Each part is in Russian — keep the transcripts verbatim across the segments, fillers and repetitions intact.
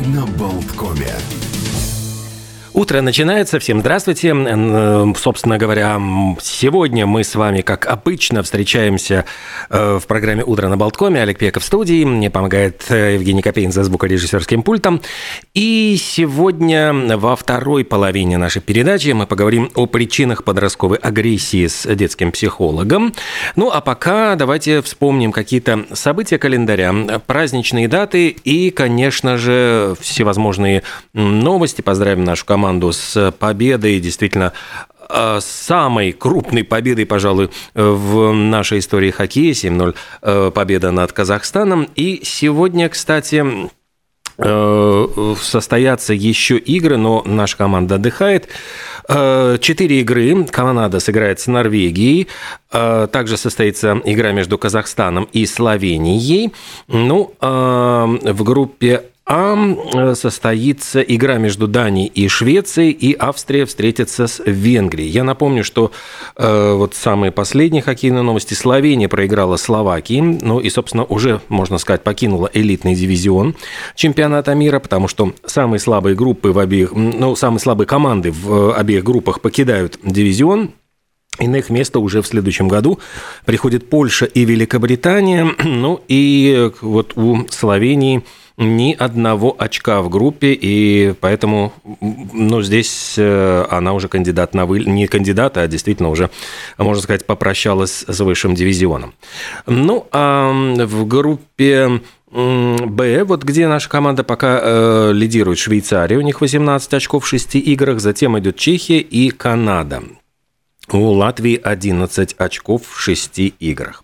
на Болткоме. Утро начинается. Всем здравствуйте. Собственно говоря, сегодня мы с вами, как обычно, встречаемся в программе «Утро на Болткоме». Олег Пеков в студии. Мне помогает Евгений Копейн за звукорежиссерским пультом. И сегодня во второй половине нашей передачи мы поговорим о причинах подростковой агрессии с детским психологом. Ну, а пока давайте вспомним какие-то события календаря, праздничные даты и, конечно же, всевозможные новости. Поздравим нашу команду команду с победой, действительно, самой крупной победой, пожалуй, в нашей истории хоккея, семь ноль победа над Казахстаном. И сегодня, кстати, состоятся еще игры, но наша команда отдыхает. Четыре игры. Канада сыграет с Норвегией. Также состоится игра между Казахстаном и Словенией. Ну, в группе А состоится игра между Данией и Швецией, и Австрия встретится с Венгрией. Я напомню, что э, вот самые последние хоккейные новости. Словения проиграла Словакии, ну и, собственно, уже, можно сказать, покинула элитный дивизион чемпионата мира, потому что самые слабые группы в обеих, ну, самые слабые команды в обеих группах покидают дивизион. И на их место уже в следующем году приходят Польша и Великобритания. Ну и вот у Словении ни одного очка в группе, и поэтому, ну, здесь она уже кандидат на вы... не кандидат, а действительно уже, можно сказать, попрощалась с высшим дивизионом. Ну, а в группе Б, вот где наша команда пока э, лидирует Швейцария, у них восемнадцать очков в шести играх, затем идет Чехия и Канада. У Латвии одиннадцать очков в шести играх.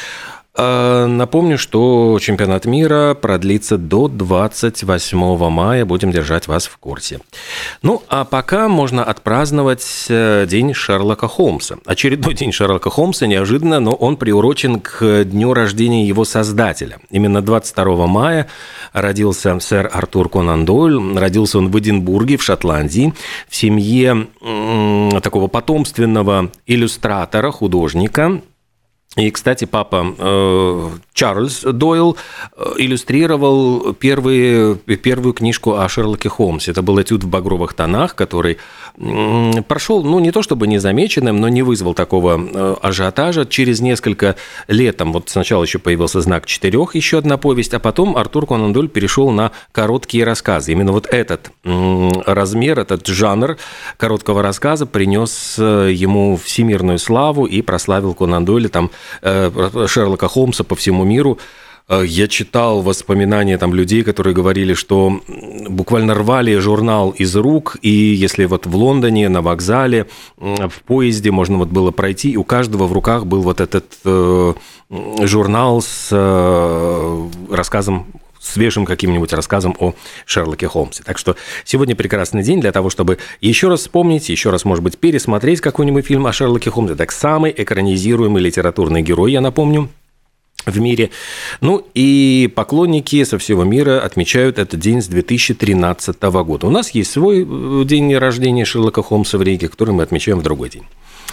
Напомню, что чемпионат мира продлится до двадцать восьмого мая. Будем держать вас в курсе. Ну, а пока можно отпраздновать день Шерлока Холмса. Очередной день Шерлока Холмса, неожиданно, но он приурочен к дню рождения его создателя. Именно двадцать второго мая родился сэр Артур Конан Дойль. Родился он в Эдинбурге, в Шотландии, в семье м- такого потомственного иллюстратора, художника. И, кстати, папа э, Чарльз Дойл иллюстрировал первые, первую книжку о Шерлоке Холмсе. Это был этюд в багровых тонах, который э, прошел, ну, не то чтобы незамеченным, но не вызвал такого э, ажиотажа. Через несколько лет, там, вот сначала еще появился «Знак четырех», еще одна повесть, а потом Артур Конан Дойль перешел на короткие рассказы. Именно вот этот э, размер, этот жанр короткого рассказа принес ему всемирную славу и прославил Конан Дойля там, Шерлока Холмса по всему миру. Я читал воспоминания там людей, которые говорили, что буквально рвали журнал из рук, и если вот в Лондоне на вокзале, в поезде можно вот было пройти, и у каждого в руках был вот этот э, журнал с э, рассказом, свежим каким-нибудь рассказом о Шерлоке Холмсе. Так что сегодня прекрасный день для того, чтобы еще раз вспомнить, еще раз, может быть, пересмотреть какой-нибудь фильм о Шерлоке Холмсе. Так, самый экранизируемый литературный герой, я напомню, в мире. Ну и поклонники со всего мира отмечают этот день с две тысячи тринадцатого года. У нас есть свой день рождения Шерлока Холмса в Риге, который мы отмечаем в другой день.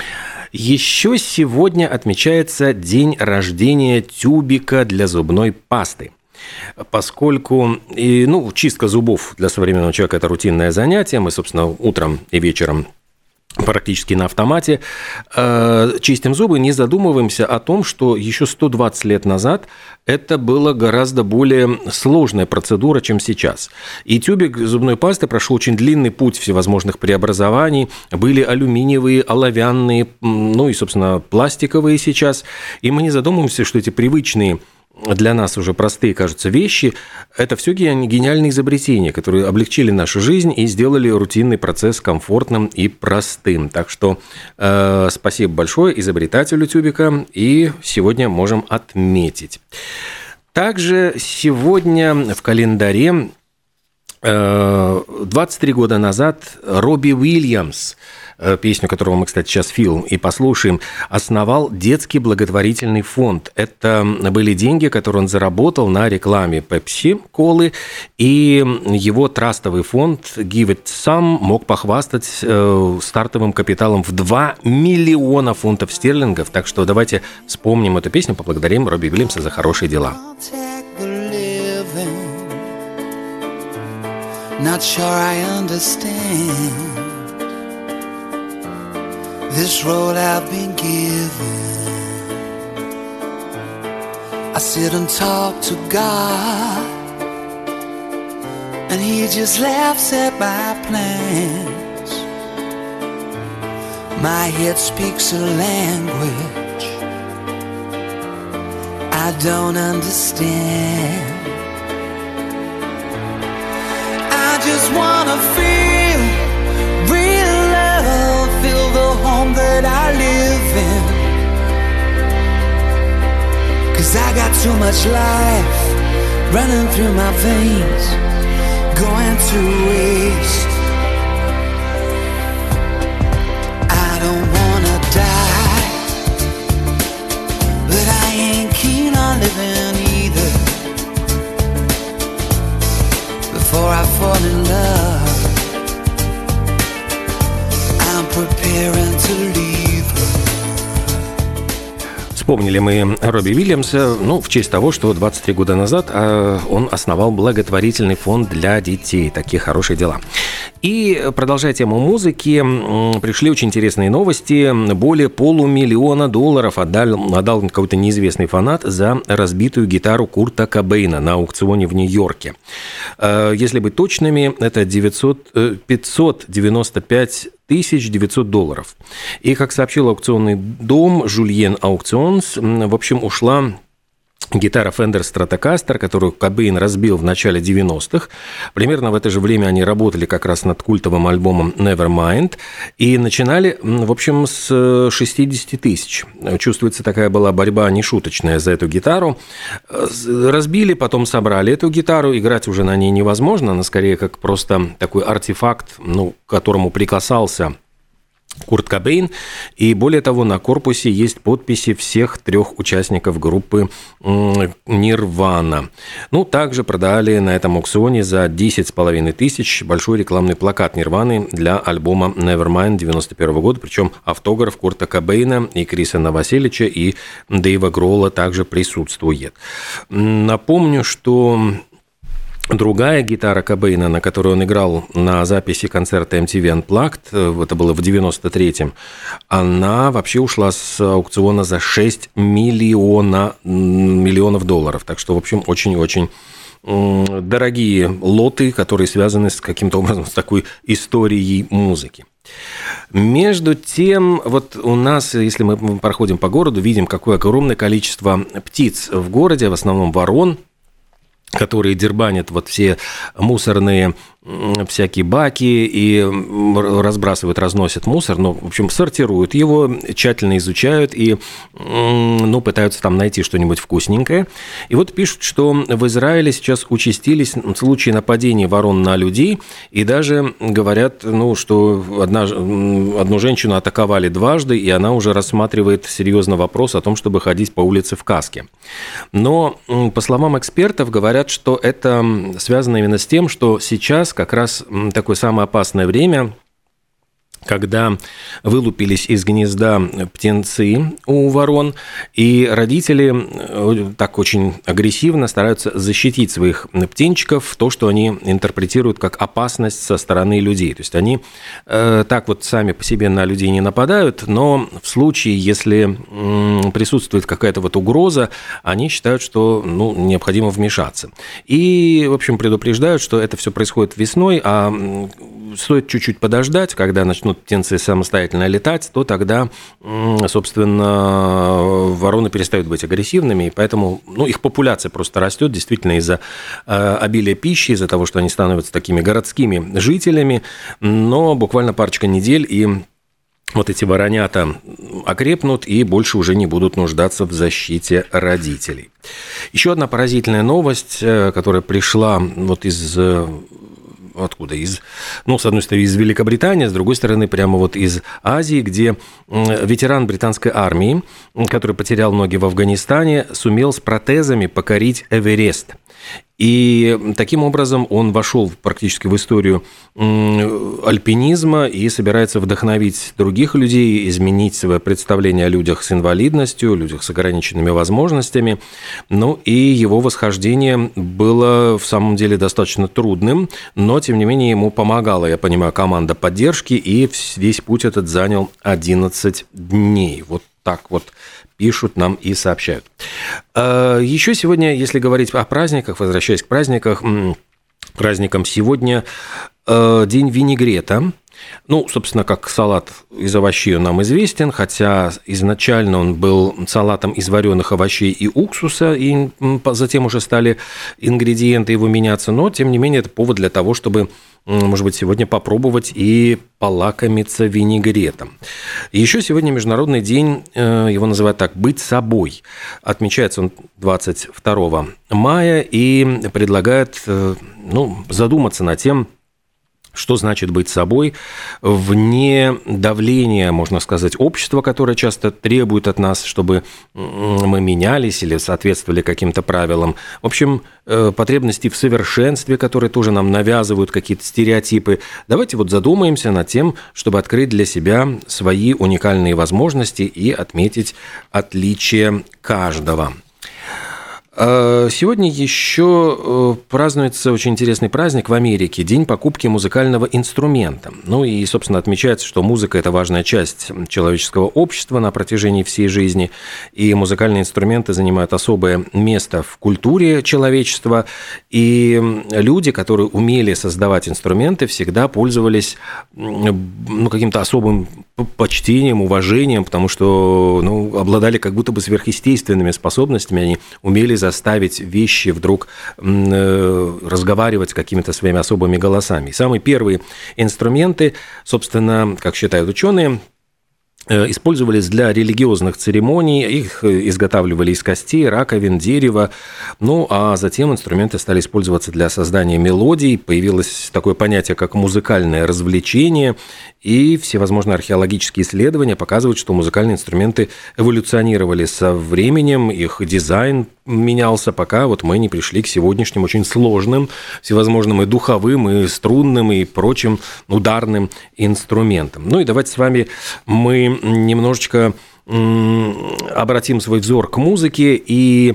Еще сегодня отмечается день рождения тюбика для зубной пасты. Поскольку, и, ну, чистка зубов для современного человека – это рутинное занятие, мы, собственно, утром и вечером практически на автомате э, чистим зубы, не задумываемся о том, что еще сто двадцать лет назад это была гораздо более сложная процедура, чем сейчас. И тюбик зубной пасты прошел очень длинный путь всевозможных преобразований. Были алюминиевые, оловянные, ну и, собственно, пластиковые сейчас. И мы не задумываемся, что эти привычные для нас уже простые, кажутся, вещи, это все гениальные изобретения, которые облегчили нашу жизнь и сделали рутинный процесс комфортным и простым. Так что э, спасибо большое изобретателю тюбика, и сегодня можем отметить. Также сегодня в календаре э, двадцать три года назад Робби Уильямс, песню которого мы, кстати, сейчас фильм и послушаем, основал детский благотворительный фонд. Это были деньги, которые он заработал на рекламе Пепси-колы, и его трастовый фонд Give It Some мог похвастать стартовым капиталом в два миллиона фунтов стерлингов. Так что давайте вспомним эту песню, поблагодарим Робби Уильямса за хорошие дела. Not sure I understand this road I've been given. I sit and talk to God, and He just laughs at my plans. My head speaks a language I don't understand. I just wanna feel real love, feel the home that I live in. 'Cause I got too much life running through my veins, going to waste. I don't wanna die, but I ain't keen on living either. Before I fall in love, I'm preparing to leave her. Вспомнили мы Робби Уильямса, ну, в честь того, что двадцать три года назад он основал благотворительный фонд для детей. Такие хорошие дела. И, продолжая тему музыки, пришли очень интересные новости. Более полумиллиона долларов отдал, отдал какой-то неизвестный фанат за разбитую гитару Курта Кобейна на аукционе в Нью-Йорке. Если быть точными, это пятьсот девяносто пять тысяч девятьсот долларов. И, как сообщил аукционный дом Жульен Аукционс, в общем, ушла гитара Fender Stratocaster, которую Кобейн разбил в начале девяностых. Примерно в это же время они работали как раз над культовым альбомом Nevermind и начинали, в общем, с шестидесяти тысяч. Чувствуется, такая была борьба нешуточная за эту гитару. Разбили, потом собрали эту гитару. Играть уже на ней невозможно, она скорее как просто такой артефакт, ну, к которому прикасался Курт Кобейн, и более того, на корпусе есть подписи всех трех участников группы Нирвана. Ну, также продали на этом аукционе за десять с половиной тысяч большой рекламный плакат Нирваны для альбома Nevermind девяносто первого года, причем автограф Курта Кобейна и Криса Новоселича и Дэйва Гролла также присутствует. Напомню, что другая гитара Кобейна, на которой он играл на записи концерта эм ти ви Unplugged, это было в девяносто третьем, она вообще ушла с аукциона за шесть миллиона, миллионов долларов. Так что, в общем, очень-очень дорогие лоты, которые связаны с каким-то образом с такой историей музыки. Между тем, вот у нас, если мы проходим по городу, видим, какое огромное количество птиц в городе, в основном ворон, которые дербанят вот все мусорные всякие баки и разбрасывают, разносят мусор, ну, в общем, сортируют его, тщательно изучают и, ну, пытаются там найти что-нибудь вкусненькое. И вот пишут, что в Израиле сейчас участились случаи нападений ворон на людей, и даже говорят, ну, что одна, одну женщину атаковали дважды, и она уже рассматривает серьезно вопрос о том, чтобы ходить по улице в каске. Но, по словам экспертов, говорят, что это связано именно с тем, что сейчас как раз такое самое опасное время, когда вылупились из гнезда птенцы у ворон, и родители так очень агрессивно стараются защитить своих птенчиков, то, что они интерпретируют как опасность со стороны людей. То есть они э, так вот сами по себе на людей не нападают, но в случае, если м, присутствует какая-то вот угроза, они считают, что, ну, необходимо вмешаться. И, в общем, предупреждают, что это все происходит весной, а стоит чуть-чуть подождать, когда начнут птенцы самостоятельно летать, то тогда, собственно, вороны перестают быть агрессивными, и поэтому, ну, их популяция просто растет действительно из-за обилия пищи, из-за того, что они становятся такими городскими жителями, но буквально парочка недель, и вот эти воронята окрепнут и больше уже не будут нуждаться в защите родителей. Еще одна поразительная новость, которая пришла вот из... Откуда? Из, ну, с одной стороны, из Великобритании, с другой стороны, прямо вот из Азии, где ветеран британской армии, который потерял ноги в Афганистане, сумел с протезами покорить Эверест. И таким образом он вошел практически в историю альпинизма и собирается вдохновить других людей, изменить свое представление о людях с инвалидностью, людях с ограниченными возможностями. Ну и его восхождение было в самом деле достаточно трудным, но тем не менее ему помогала, я понимаю, команда поддержки, и весь путь этот занял одиннадцать дней. Вот так вот пишут нам и сообщают. Еще сегодня, если говорить о праздниках, возвращаясь к праздникам, праздникам сегодня день винегрета. Ну, собственно, как салат из овощей он нам известен, хотя изначально он был салатом из вареных овощей и уксуса, и затем уже стали ингредиенты его меняться, но, тем не менее, это повод для того, чтобы, может быть, сегодня попробовать и полакомиться винегретом. Еще сегодня Международный день, его называют так, «Быть собой». Отмечается он двадцать второго мая и предлагает, ну, задуматься над тем, что значит быть собой вне давления, можно сказать, общества, которое часто требует от нас, чтобы мы менялись или соответствовали каким-то правилам. В общем, потребности в совершенстве, которые тоже нам навязывают какие-то стереотипы. Давайте вот задумаемся над тем, чтобы открыть для себя свои уникальные возможности и отметить отличия каждого. Сегодня еще празднуется очень интересный праздник в Америке – День покупки музыкального инструмента. Ну и, собственно, отмечается, что музыка – это важная часть человеческого общества на протяжении всей жизни, и музыкальные инструменты занимают особое место в культуре человечества, и люди, которые умели создавать инструменты, всегда пользовались, ну, каким-то особым почтением, уважением, потому что, ну, обладали как будто бы сверхъестественными способностями, они умели заставить вещи вдруг разговаривать какими-то своими особыми голосами. Самые первые инструменты, собственно, как считают ученые, использовались для религиозных церемоний, их изготавливали из костей, раковин, дерева, ну а затем инструменты стали использоваться для создания мелодий, появилось такое понятие, как музыкальное развлечение, и всевозможные археологические исследования показывают, что музыкальные инструменты эволюционировали со временем, их дизайн менялся, пока вот мы не пришли к сегодняшним очень сложным, всевозможным и духовым, и струнным, и прочим ударным инструментам. Ну и давайте с вами мы немножечко обратим свой взор к музыке, и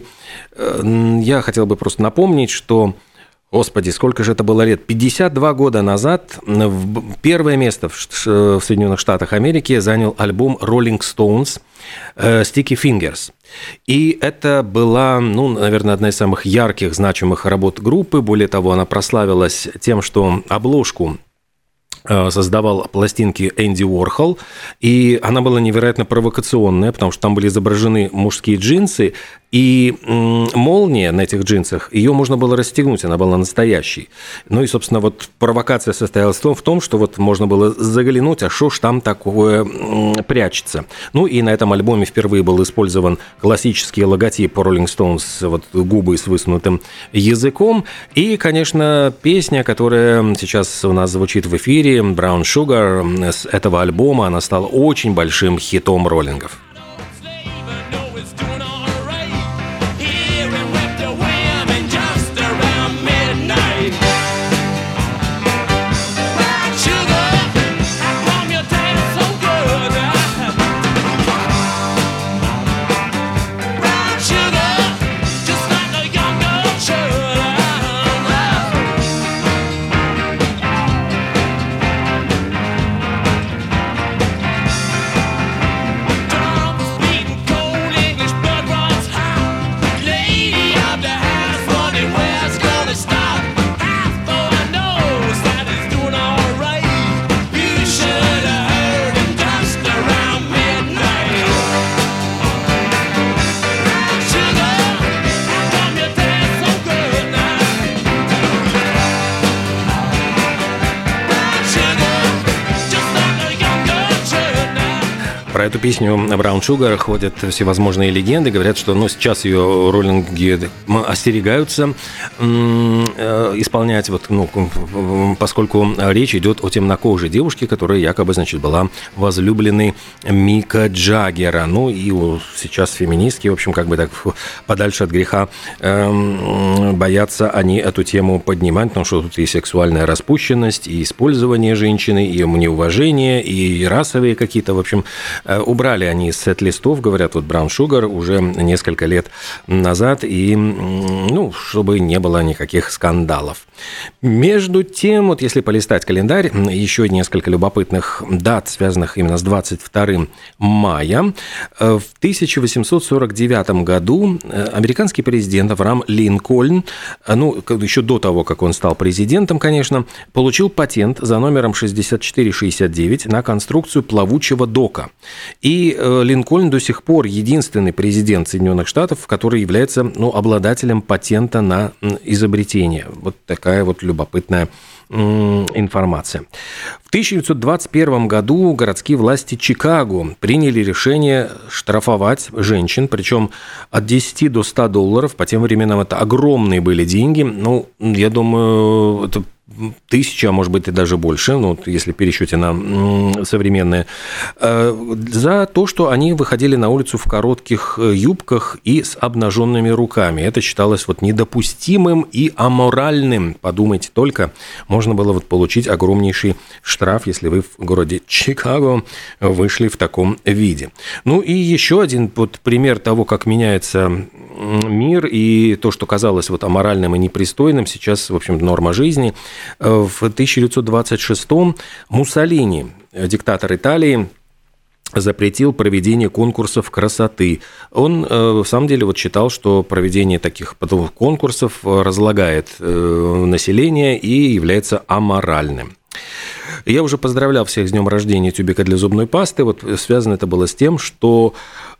я хотел бы просто напомнить, что, господи, сколько же это было лет, пятьдесят два года назад первое место в Соединенных Штатах Америки занял альбом Rolling Stones «Sticky Fingers». И это была, ну, наверное, одна из самых ярких, значимых работ группы. Более того, она прославилась тем, что обложку создавал пластинки Энди Уорхол, и она была невероятно провокационная, потому что там были изображены мужские джинсы, и молния на этих джинсах, ее можно было расстегнуть, она была настоящей. Ну и, собственно, вот провокация состоялась в том, в том что вот можно было заглянуть, а что ж там такое прячется. Ну и на этом альбоме впервые был использован классический логотип Rolling Stones, вот губы с высунутым языком, и, конечно, песня, которая сейчас у нас звучит в эфире, Brown Sugar, с этого альбома, она стала очень большим хитом роллингов. Down Про эту песню Brown Sugar ходят всевозможные легенды. Говорят, что ну, сейчас ее роллинги остерегаются исполнять, вот, ну, поскольку речь идет о темнокожей девушке, которая якобы, значит, была возлюбленной Мика Джаггера. Ну и сейчас феминистки, в общем, как бы так подальше от греха боятся они эту тему поднимать, потому что тут и сексуальная распущенность, и использование женщины, и неуважение, и расовые какие-то, в общем, убрали они из сет-листов, говорят, вот Brown Sugar уже несколько лет назад, и, ну, чтобы не было никаких скандалов. Между тем, вот если полистать календарь, еще несколько любопытных дат, связанных именно с двадцать вторым мая. В тысяча восемьсот сорок девятом году американский президент Авраам Линкольн, ну, еще до того, как он стал президентом, конечно, получил патент за номером шестьдесят четыре шестьдесят девять на конструкцию плавучего дока. И Линкольн до сих пор единственный президент Соединенных Штатов, который является, ну, обладателем патента на изобретение. Вот такая вот любопытная информация. В тысяча девятьсот двадцать первом году городские власти Чикаго приняли решение штрафовать женщин, причем от десяти до ста долларов. По тем временам это огромные были деньги. Ну, я думаю, это тысяча, а может быть и даже больше, ну, если пересчете на современные, за то, что они выходили на улицу в коротких юбках и с обнаженными руками. Это считалось вот недопустимым и аморальным. Подумайте только, можно было вот получить огромнейший штраф, если вы в городе Чикаго вышли в таком виде. Ну и еще один вот пример того, как меняется мир, и то, что казалось вот аморальным и непристойным, сейчас, в общем, норма жизни. В тысяча девятьсот двадцать шестом Муссолини, диктатор Италии, запретил проведение конкурсов красоты. Он, в самом деле, вот считал, что проведение таких конкурсов разлагает население и является аморальным. Я уже поздравлял всех с днем рождения тюбика для зубной пасты. Вот связано это было с тем, что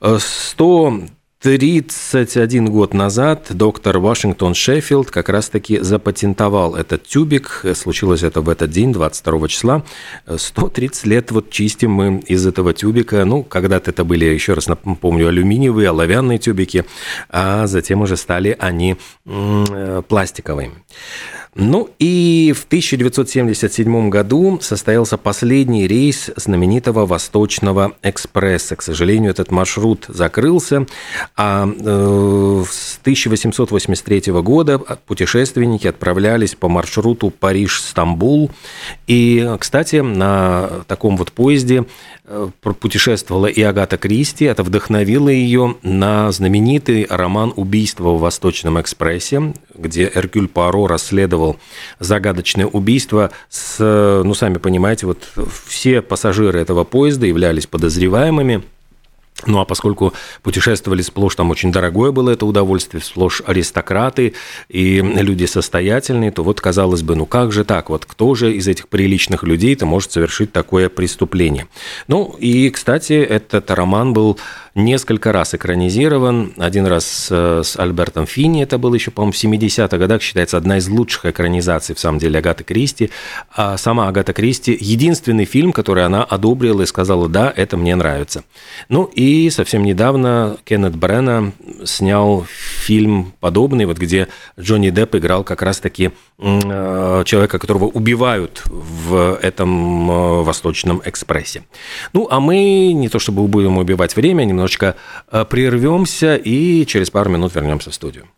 сто тридцать один год назад доктор Вашингтон Шеффилд как раз-таки запатентовал этот тюбик. Случилось это в этот день, двадцать второго числа. сто тридцать лет вот чистим мы из этого тюбика. Ну, когда-то это были, еще раз напомню, алюминиевые, оловянные тюбики, а затем уже стали они пластиковыми. Ну и в тысяча девятьсот семьдесят седьмом году состоялся последний рейс знаменитого Восточного экспресса. К сожалению, этот маршрут закрылся, а э, с тысяча восемьсот восемьдесят третьего года путешественники отправлялись по маршруту Париж-Стамбул. И, кстати, на таком вот поезде путешествовала и Агата Кристи. Это вдохновило ее на знаменитый роман «Убийство в Восточном экспрессе», где Эркюль Пуаро расследовал загадочное убийство. С, ну, сами понимаете, вот все пассажиры этого поезда являлись подозреваемыми. Ну, а поскольку путешествовали сплошь, там очень дорогое было это удовольствие, сплошь аристократы и люди состоятельные, то вот, казалось бы, ну как же так, вот кто же из этих приличных людей-то может совершить такое преступление? Ну, и, кстати, этот роман был несколько раз экранизирован. Один раз с Альбертом Финни, это было еще, по-моему, в семидесятых годах, считается одна из лучших экранизаций, в самом деле, Агаты Кристи. А сама Агата Кристи, единственный фильм, который она одобрила и сказала, да, это мне нравится. Ну, и совсем недавно Кеннет Брана снял фильм подобный, вот где Джонни Депп играл как раз-таки человека, которого убивают в этом Восточном экспрессе. Ну, а мы не то чтобы будем убивать время, немножечко прервемся и через пару минут вернемся в студию.